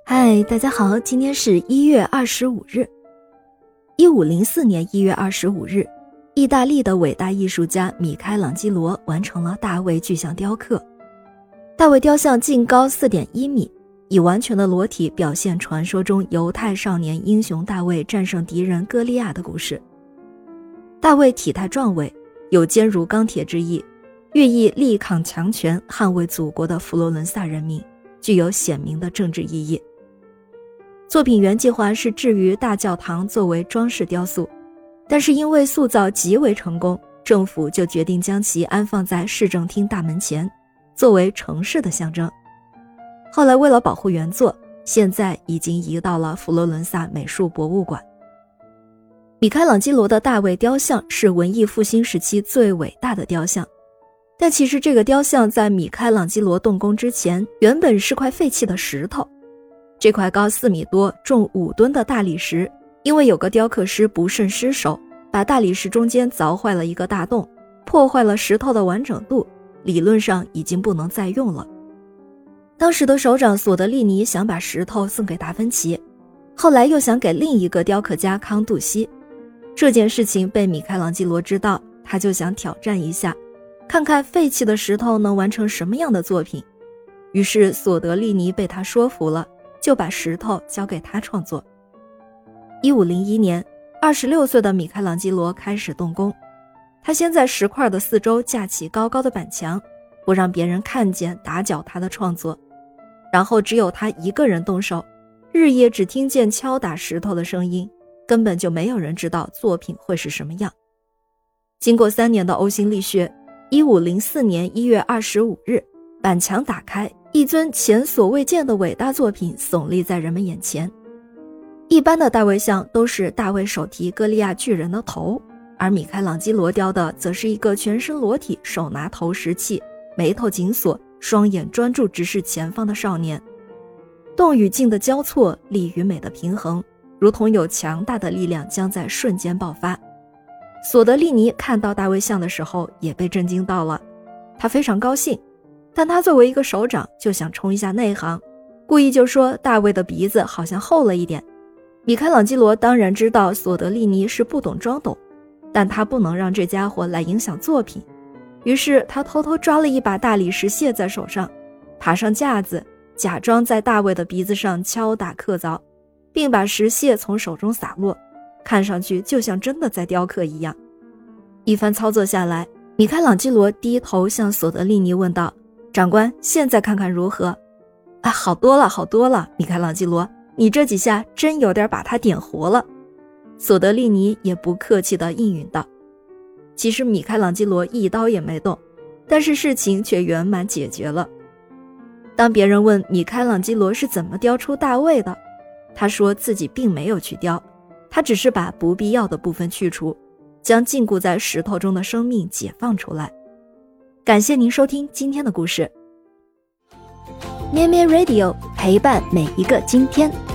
嗨，大家好，今天是1月25日。1504年1月25日，意大利的伟大艺术家米开朗基罗完成了大卫巨像雕刻。大卫雕像净高 4.1 米，以完全的裸体表现传说中犹太少年英雄大卫战胜敌人歌利亚的故事。大卫体态壮伟，有坚如钢铁之意，寓意力抗强权、捍卫祖国的佛罗伦萨人民，具有显明的政治意义。作品原计划是置于大教堂作为装饰雕塑，但是因为塑造极为成功，政府就决定将其安放在市政厅大门前，作为城市的象征。后来为了保护原作，现在已经移到了佛罗伦萨美术博物馆。米开朗基罗的大卫雕像是文艺复兴时期最伟大的雕像，但其实这个雕像在米开朗基罗动工之前，原本是块废弃的石头。这块高4米多、重5吨的大理石，因为有个雕刻师不慎失手，把大理石中间凿坏了一个大洞，破坏了石头的完整度，理论上已经不能再用了。当时的首长索德利尼想把石头送给达芬奇，后来又想给另一个雕刻家康杜西。这件事情被米开朗基罗知道，他就想挑战一下，看看废弃的石头能完成什么样的作品。于是索德利尼被他说服了，就把石头交给他创作。1501年，26岁的米开朗基罗开始动工。他先在石块的四周架起高高的板墙，不让别人看见打搅他的创作。然后只有他一个人动手，日夜只听见敲打石头的声音，根本就没有人知道作品会是什么样。经过3年的呕心沥血，1504年1月25日，板墙打开，一尊前所未见的伟大作品耸立在人们眼前。一般的大卫像都是大卫手提歌利亚巨人的头，而米开朗基罗雕的则是一个全身裸体、手拿投石器、眉头紧锁、双眼专注直视前方的少年。动与静的交错，力与美的平衡，如同有强大的力量将在瞬间爆发。索德利尼看到大卫像的时候也被震惊到了，他非常高兴，但他作为一个首长就想冲一下内行，故意就说大卫的鼻子好像厚了一点。米开朗基罗当然知道索德利尼是不懂装懂，但他不能让这家伙来影响作品，于是他偷偷抓了一把大理石屑在手上，爬上架子，假装在大卫的鼻子上敲打刻凿，并把石屑从手中洒落，看上去就像真的在雕刻一样。一番操作下来，米开朗基罗低头向索德利尼问道：长官，现在看看如何？好多了，好多了，米开朗基罗，你这几下真有点把他点活了。索德利尼也不客气地应允道。其实米开朗基罗一刀也没动，但是事情却圆满解决了。当别人问米开朗基罗是怎么雕出大卫的，他说自己并没有去雕，他只是把不必要的部分去除，将禁锢在石头中的生命解放出来。感谢您收听今天的故事。咩咩 Radio 陪伴每一个今天。